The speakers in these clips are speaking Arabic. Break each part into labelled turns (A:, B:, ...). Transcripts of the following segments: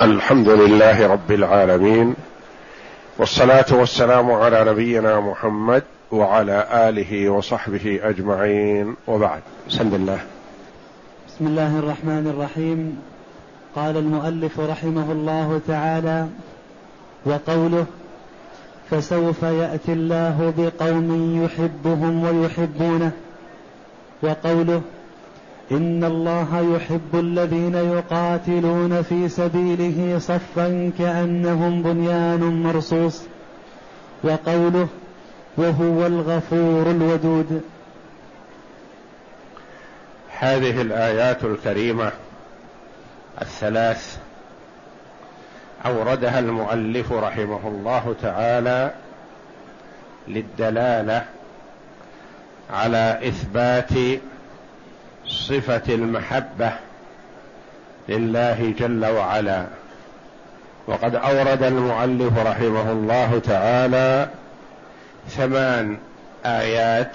A: الحمد لله رب العالمين، والصلاة والسلام على نبينا محمد وعلى آله وصحبه أجمعين، وبعد. بسم الله.
B: بسم الله الرحمن الرحيم. قال المؤلف رحمه الله تعالى: وقوله فسوف يأتي الله بقوم يحبهم ويحبونه، وقوله إن الله يحب الذين يقاتلون في سبيله صفا كأنهم بنيان مرصوص، وقوله وهو الغفور الودود.
A: هذه الآيات الكريمة الثلاث أوردها المؤلف رحمه الله تعالى للدلالة على إثبات صفة المحبة لله جل وعلا. وقد أورد المؤلف رحمه الله تعالى 8 آيات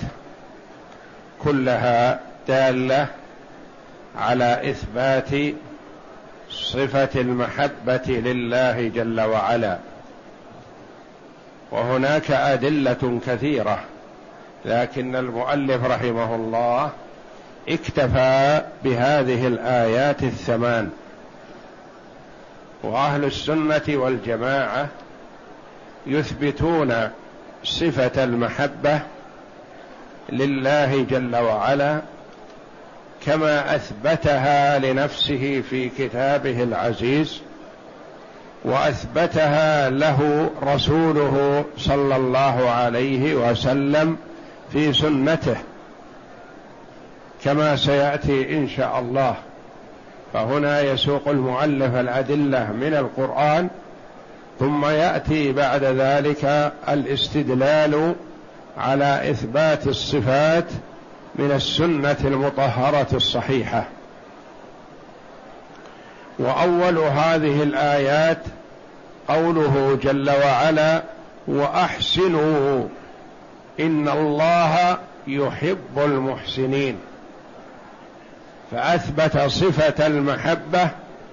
A: كلها دالة على إثبات صفة المحبة لله جل وعلا، وهناك أدلة كثيرة، لكن المؤلف رحمه الله اكتفى بهذه الآيات 8. وأهل السنة والجماعة يثبتون صفة المحبة لله جل وعلا كما أثبتها لنفسه في كتابه العزيز، وأثبتها له رسوله صلى الله عليه وسلم في سنته كما سيأتي إن شاء الله. فهنا يسوق المؤلف الأدلة من القرآن، ثم يأتي بعد ذلك الاستدلال على إثبات الصفات من السنة المطهرة الصحيحة. وأول هذه الآيات قوله جل وعلا: وأحسنوا إن الله يحب المحسنين، فأثبت صفة المحبة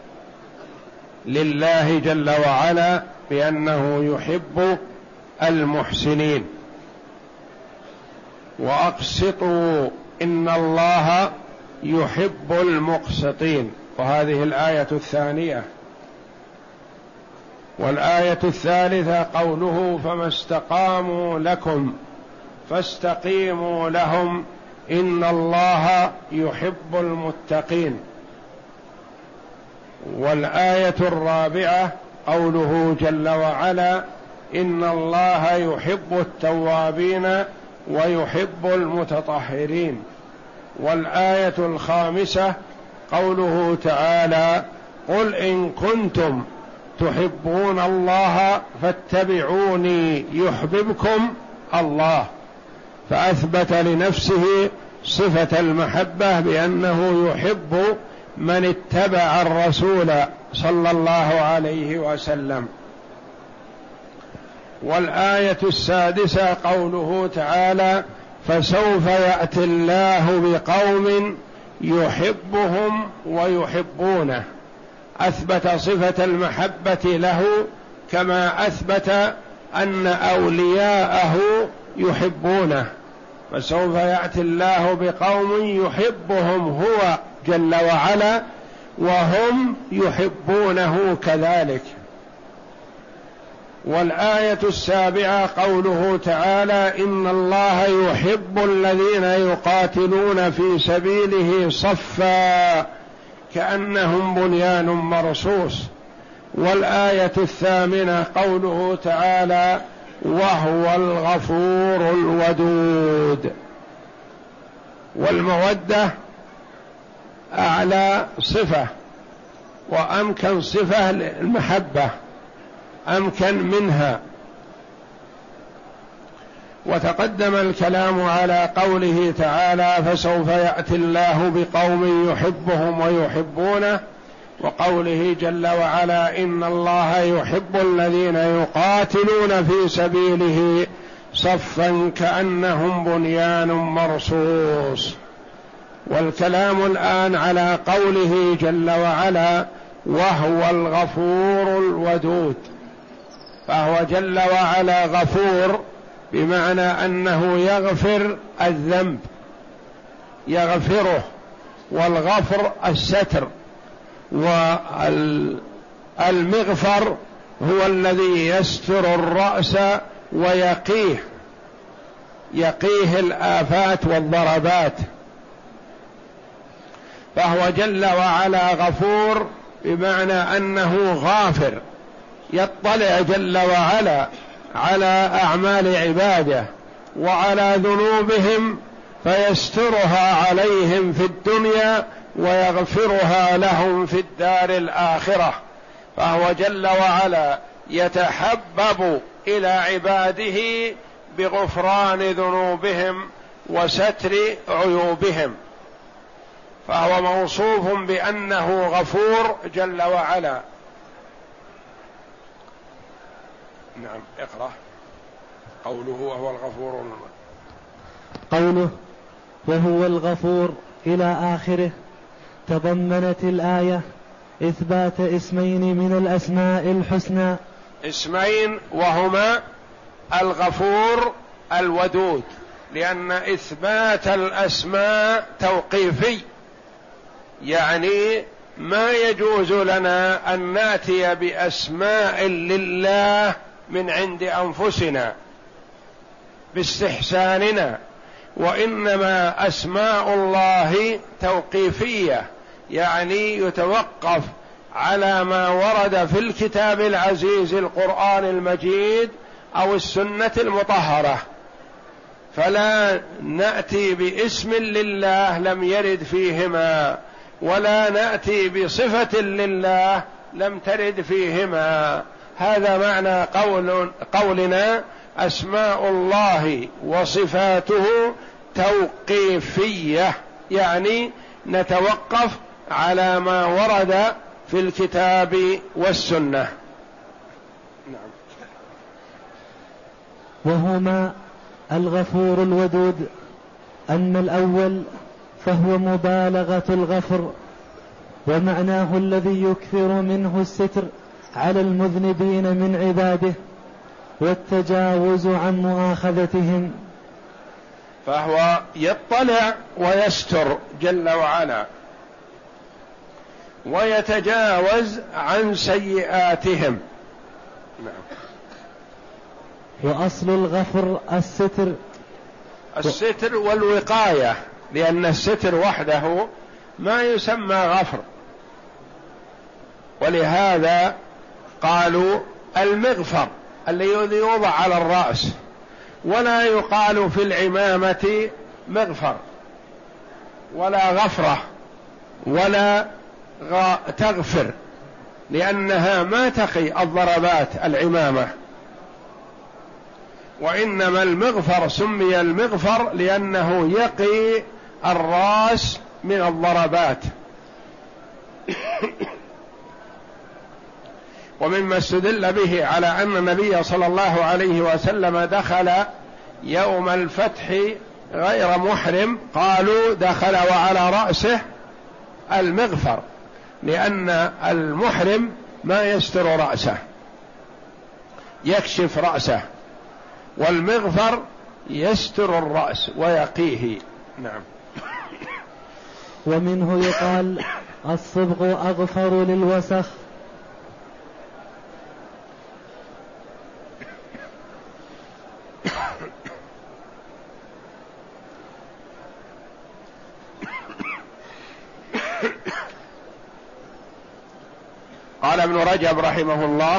A: لله جل وعلا بأنه يحب المحسنين. وأقسطوا إن الله يحب المقسطين، وهذه الآية الثانية. والآية الثالثة قوله فما استقاموا لكم فاستقيموا لهم إن الله يحب المتقين. والآية الرابعة قوله جل وعلا إن الله يحب التوابين ويحب المتطهرين. والآية الخامسة قوله تعالى قل إن كنتم تحبون الله فاتبعوني يحببكم الله، فأثبت لنفسه صفة المحبة بأنه يحب من اتبع الرسول صلى الله عليه وسلم. والآية السادسة قوله تعالى فسوف يأتي الله بقوم يحبهم ويحبونه، أثبت صفة المحبة له كما أثبت أن أولياءه يحبونه. فسوف يأتي الله بقوم يحبهم هو جل وعلا وهم يحبونه كذلك. والآية السابعة قوله تعالى إن الله يحب الذين يقاتلون في سبيله صفا كأنهم بنيان مرصوص. والآية الثامنة قوله تعالى وهو الغفور الودود. والمودة أعلى صفة وأمكن صفة للمحبة، أمكن منها. وتقدم الكلام على قوله تعالى فسوف يأتي الله بقوم يحبهم ويحبونه، وقوله جل وعلا إن الله يحب الذين يقاتلون في سبيله صفا كأنهم بنيان مرصوص. والكلام الآن على قوله جل وعلا وهو الغفور الودود. فهو جل وعلا غفور بمعنى أنه يغفر الذنب، يغفره، والغفر الستر، والمغفر هو الذي يستر الرأس ويقيه الآفات والضربات. فهو جل وعلا غفور بمعنى أنه غافر، يطلع جل وعلا على أعمال عباده وعلى ذنوبهم فيسترها عليهم في الدنيا ويغفرها لهم في الدار الآخرة. فهو جل وعلا يتحبب إلى عباده بغفران ذنوبهم وستر عيوبهم، فهو موصوف بأنه غفور جل وعلا. نعم، اقرأ قوله وهو الغفور.
B: قوله وهو الغفور إلى آخره تضمنت الآية إثبات اسمين من الأسماء الحسنى،
A: اسمين وهما الغفور الودود، لأن إثبات الأسماء توقيفي، يعني ما يجوز لنا أن نأتي بأسماء لله من عند أنفسنا باستحساننا، وإنما أسماء الله توقيفية، يعني يتوقف على ما ورد في الكتاب العزيز القرآن المجيد أو السنة المطهرة، فلا نأتي باسم لله لم يرد فيهما، ولا نأتي بصفة لله لم ترد فيهما. هذا معنى قولنا أسماء الله وصفاته توقيفية، يعني نتوقف على ما ورد في الكتاب والسنة. نعم.
B: وهما الغفور الودود. أما الأول فهو مبالغة الغفر، ومعناه الذي يكثر منه الستر على المذنبين من عباده والتجاوز عن مؤاخذتهم.
A: فهو يطلع ويستر جل وعلا ويتجاوز عن سيئاتهم. نعم.
B: وأصل الغفر
A: الستر والوقاية، لأن الستر وحده ما يسمى غفر، ولهذا قالوا المغفر الذي يوضع على الرأس، ولا يقال في العمامة مغفر ولا غفرة ولا تغفر، لأنها ما تقي الضربات العمامة، وإنما المغفر سمي المغفر لأنه يقي الرأس من الضربات. ومما استدل به على أن النبي صلى الله عليه وسلم دخل يوم الفتح غير محرم، قالوا دخل وعلى رأسه المغفر، لأن المحرم ما يستر رأسه، يكشف رأسه، والمغفر يستر الرأس ويقيه. نعم.
B: ومنه يقال الصبغ أغفر للوسخ.
A: قال ابن رجب رحمه الله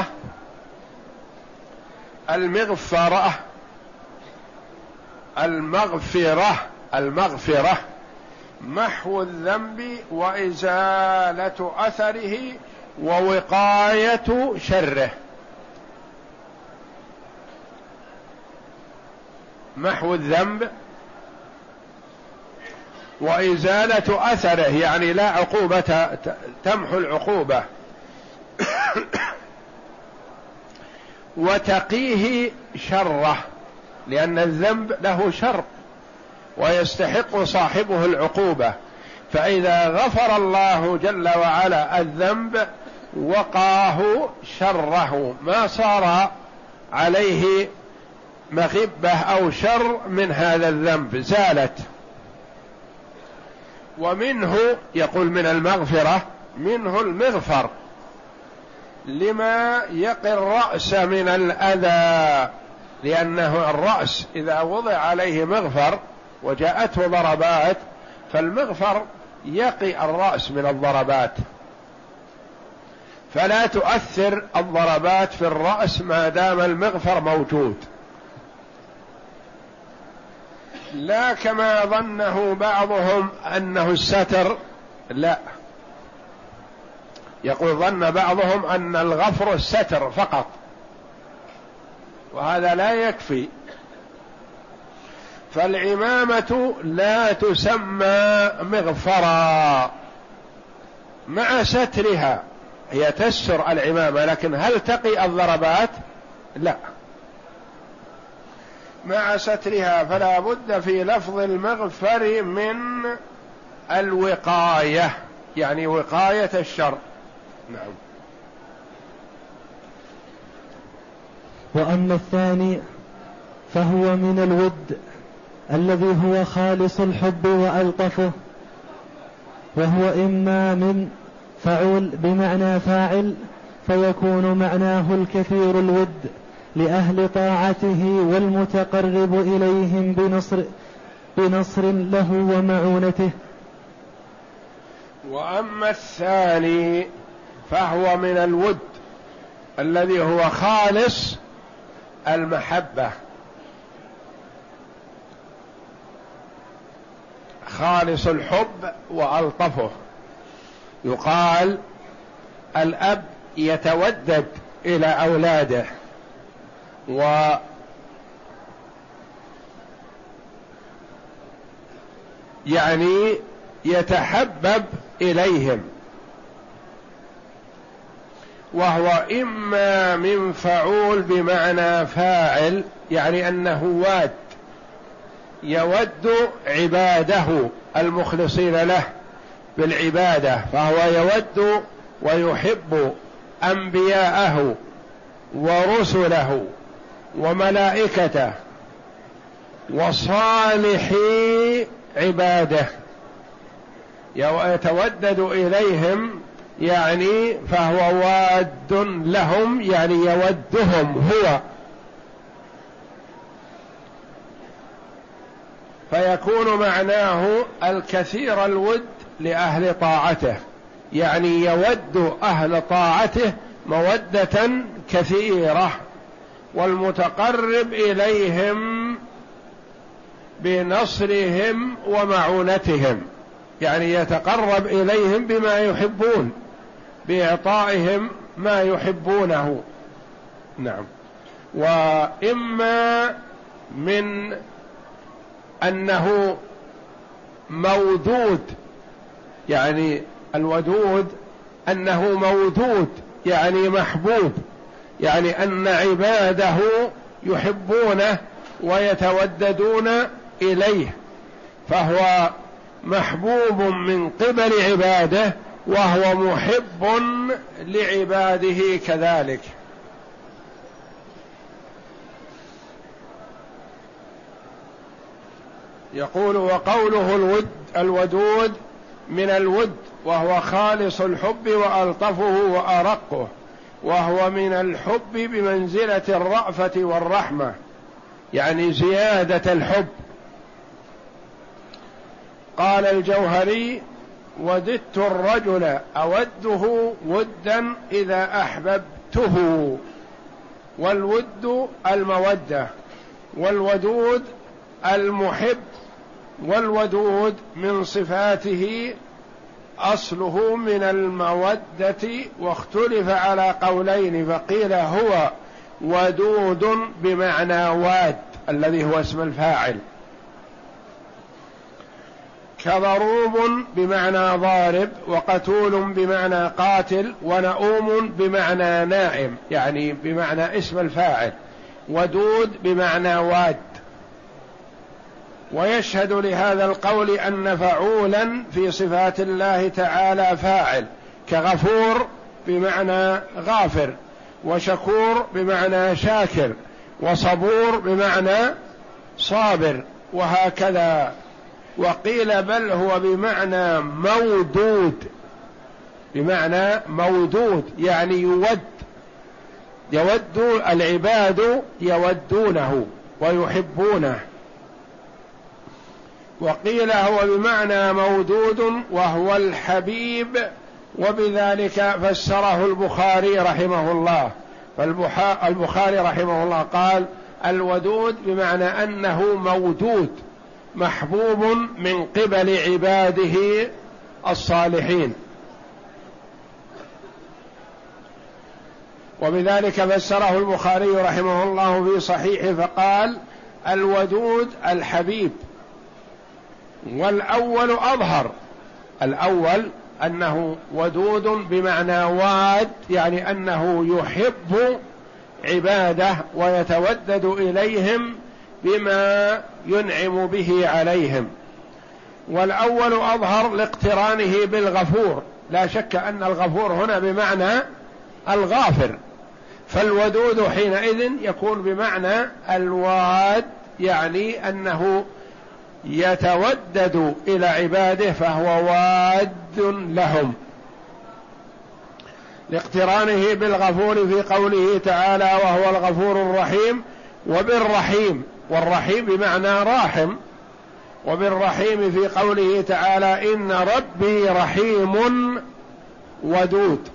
A: المغفرة محو الذنب وإزالة أثره ووقاية شره. محو الذنب وإزالة أثره، يعني لا عقوبة، تمحو العقوبة، وتقيه شره، لأن الذنب له شر ويستحق صاحبه العقوبة، فإذا غفر الله جل وعلا الذنب وقاه شره، ما صار عليه مغبة أو شر من هذا الذنب، زالت. ومنه يقول من المغفرة منه المغفر لما يقي الرأس من الأذى، لأنه الرأس إذا وضع عليه مغفر وجاءته ضربات فالمغفر يقي الرأس من الضربات، فلا تؤثر الضربات في الرأس ما دام المغفر موجود، لا كما ظنه بعضهم أنه الستر، لا، يقول ظن بعضهم أن الغفر الستر فقط، وهذا لا يكفي. فالعمامة لا تسمى مغفرا مع سترها، هي تستر العمامة، لكن هل تقي الضربات؟ لا، مع سترها، فلا بد في لفظ المغفر من الوقاية، يعني وقاية الشر. نعم.
B: وأما الثاني فهو من الود الذي هو خالص الحب وألطفه، وهو إما من فعول بمعنى فاعل، فيكون معناه الكثير الود لأهل طاعته والمتقرب إليهم بنصر له ومعونته.
A: وأما الثاني فهو من الود الذي هو خالص المحبة، خالص الحب وألطفه. يقال الأب يتودد إلى أولاده يعني يتحبب إليهم، وهو إما من فعول بمعنى فاعل، يعني أنه واد يود عباده المخلصين له بالعبادة، فهو يود ويحب أنبياءه ورسله وملائكته وصالحي عباده، يتودد إليهم، يعني فهو واد لهم، يعني يودهم هو، فيكون معناه الكثير الود لأهل طاعته، يعني يود أهل طاعته مودة كثيرة، والمتقرب إليهم بنصرهم ومعونتهم، يعني يتقرب إليهم بما يحبون، بإعطائهم ما يحبونه. نعم. وإما من أنه مودود، يعني الودود أنه مودود يعني محبوب، يعني أن عباده يحبونه ويتوددون إليه، فهو محبوب من قبل عباده وهو محب لعباده كذلك. يقول وقوله الودود من الود، وهو خالص الحب وألطفه وأرقه، وهو من الحب بمنزلة الرأفة والرحمة، يعني زيادة الحب. قال الجوهري وددت الرجل أوده ودا إذا أحببته، والود المودة، والودود المحب، والودود من صفاته أصله من المودة، واختلف على قولين، فقيل هو ودود بمعنى واد الذي هو اسم الفاعل، كضروب بمعنى ضارب، وقتول بمعنى قاتل، ونؤوم بمعنى نائم، يعني بمعنى اسم الفاعل، ودود بمعنى واد. ويشهد لهذا القول أن فعولا في صفات الله تعالى فاعل، كغفور بمعنى غافر، وشكور بمعنى شاكر، وصبور بمعنى صابر، وهكذا. وقيل بل هو بمعنى مودود، بمعنى مودود يعني يود العباد يودونه ويحبونه. وقيل هو بمعنى مودود وهو الحبيب، وبذلك فسره البخاري رحمه الله. فالبخاري رحمه الله قال الودود بمعنى أنه مودود محبوب من قبل عباده الصالحين، وبذلك فسره البخاري رحمه الله في صحيحه فقال الودود الحبيب. والأول أظهر، الأول أنه ودود بمعنى واد، يعني أنه يحب عباده ويتودد إليهم بما ينعم به عليهم. والأول أظهر لاقترانه بالغفور، لا شك أن الغفور هنا بمعنى الغافر، فالودود حينئذ يكون بمعنى الواد، يعني أنه يتودد إلى عباده فهو واد لهم، لاقترانه بالغفور في قوله تعالى وهو الغفور الرحيم، وبالرحيم، والرحيم بمعنى راحم، وبالرحيم في قوله تعالى إن ربي رحيم ودود.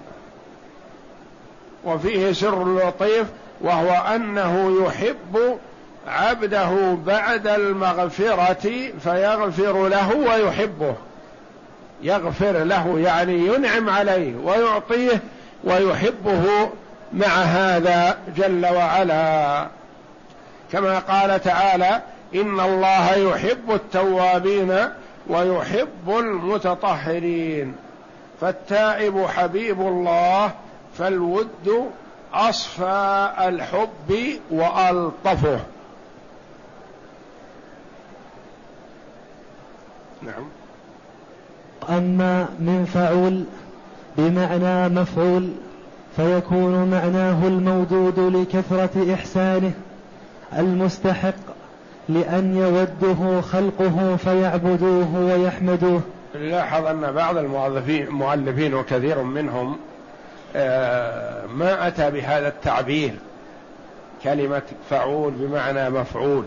A: وفيه سر لطيف وهو أنه يحب عبده بعد المغفرة فيغفر له ويحبه، يغفر له يعني ينعم عليه ويعطيه ويحبه مع هذا جل وعلا، كما قال تعالى إن الله يحب التوابين ويحب المتطهرين. فالتائب حبيب الله، فالود أصفى الحب وألطفه. نعم.
B: أما من فعول بمعنى مفعول فيكون معناه المودود لكثرة إحسانه المستحق لأن يوده خلقه فيعبدوه ويحمدوه.
A: لاحظ أن بعض المؤلفين وكثير منهم ما أتى بهذا التعبير كلمة فعول بمعنى مفعول،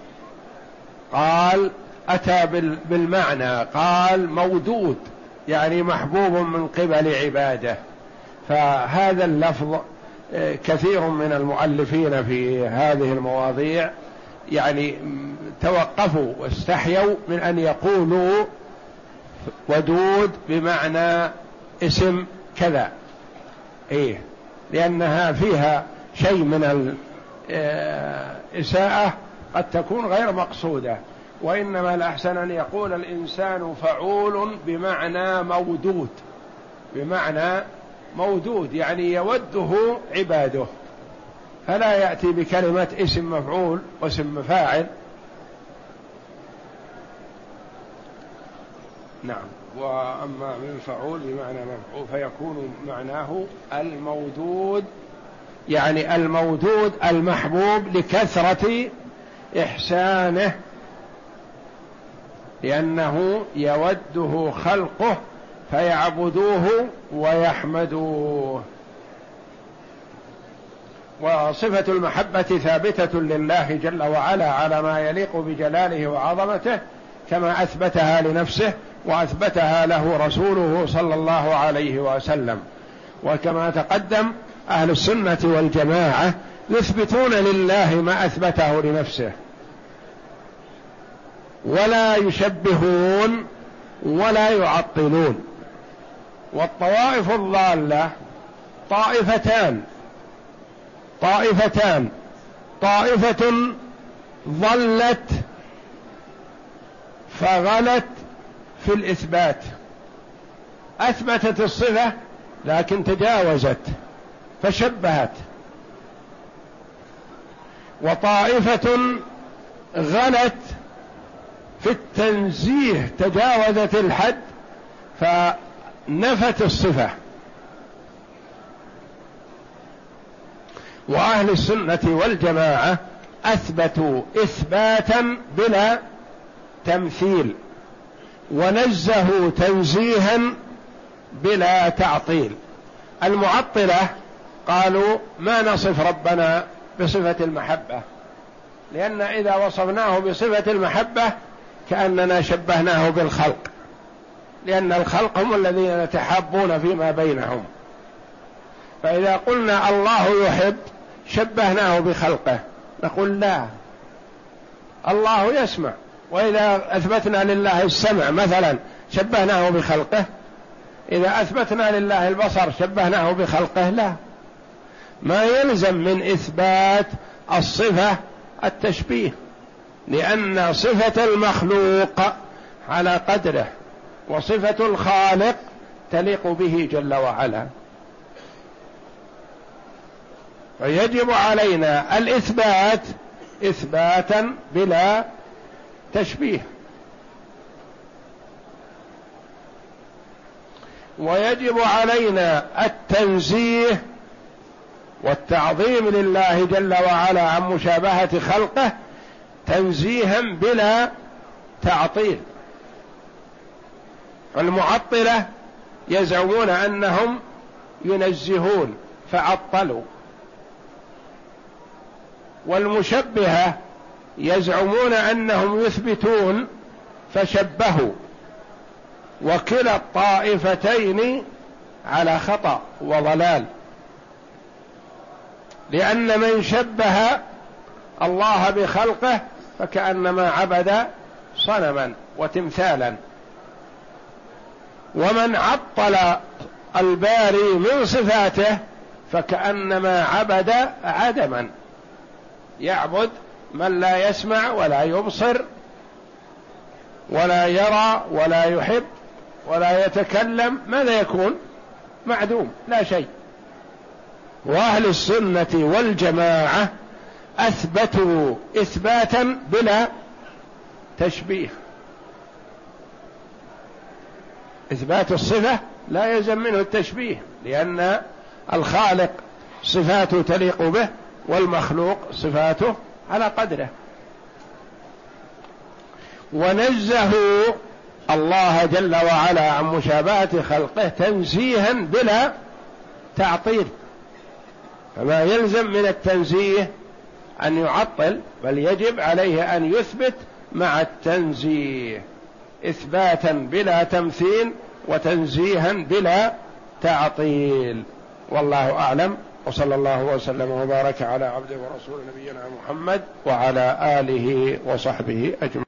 A: قال أتى بالمعنى، قال مودود يعني محبوب من قبل عباده. فهذا اللفظ كثير من المؤلفين في هذه المواضيع يعني توقفوا واستحيوا من أن يقولوا ودود بمعنى اسم كذا، لأنها فيها شيء من الإساءة قد تكون غير مقصودة، وإنما الأحسن أن يقول الإنسان فعول بمعنى مودود، بمعنى مودود يعني يوده عباده، فلا يأتي بكلمة اسم مفعول واسم فاعل. نعم. وأما من فعول بمعنى مفعول فيكون معناه المودود، يعني المودود المحبوب لكثرة إحسانه، لأنه يوده خلقه فيعبدوه ويحمدوه. وصفة المحبة ثابتة لله جل وعلا على ما يليق بجلاله وعظمته، كما أثبتها لنفسه وأثبتها له رسوله صلى الله عليه وسلم. وكما تقدم أهل السنة والجماعة يثبتون لله ما أثبته لنفسه، ولا يشبهون ولا يعطلون. والطوائف الضالة طائفتان، طائفة ضلت فغلت في الإثبات، أثبتت الصفة لكن تجاوزت فشبهت، وطائفة غلت في التنزيه تجاوزت الحد فنفت الصفة. وأهل السنة والجماعة أثبتوا إثباتا بلا تمثيل، ونزهوا تنزيها بلا تعطيل. المعطلة قالوا ما نصف ربنا بصفة المحبة، لأن إذا وصفناه بصفة المحبة كأننا شبهناه بالخلق، لأن الخلق هم الذين يتحابون فيما بينهم، فإذا قلنا الله يحب شبهناه بخلقه، نقول لا، الله يسمع. وإذا أثبتنا لله السمع مثلا شبهناه بخلقه، إذا أثبتنا لله البصر شبهناه بخلقه، لا. ما يلزم من إثبات الصفة التشبيه، لأن صفة المخلوق على قدره، وصفة الخالق تليق به جل وعلا. فيجب علينا الإثبات إثباتا بلا تشبيه، ويجب علينا التنزيه والتعظيم لله جل وعلا عن مشابهة خلقه تنزيها بلا تعطيل. المعطلة يزعمون أنهم ينزهون فعطلوا، والمشبهة يزعمون أنهم يثبتون فشبهوا، وكلا الطائفتين على خطأ وضلال، لأن من شبه الله بخلقه فكأنما عبد صنما وتمثالا، ومن عطل الباري من صفاته فكأنما عبد عدما، يعبد من لا يسمع ولا يبصر ولا يرى ولا يحب ولا يتكلم، ماذا يكون؟ معدوم، لا شيء. وأهل السنة والجماعة أثبتوا إثباتا بلا تشبيه. إثبات الصفة لا يلزم منه التشبيه، لأن الخالق صفاته تليق به، والمخلوق صفاته على قدره. ونزهوا الله جل وعلا عن مشابهة خلقه تنزيها بلا تعطيل، فما يلزم من التنزيه أن يعطل، بل يجب عليه أن يثبت مع التنزيه إثباتا بلا تمثيل وتنزيها بلا تعطيل. والله أعلم، وصلى الله وسلم وبارك على عبده ورسول نبينا محمد وعلى آله وصحبه أجمعين.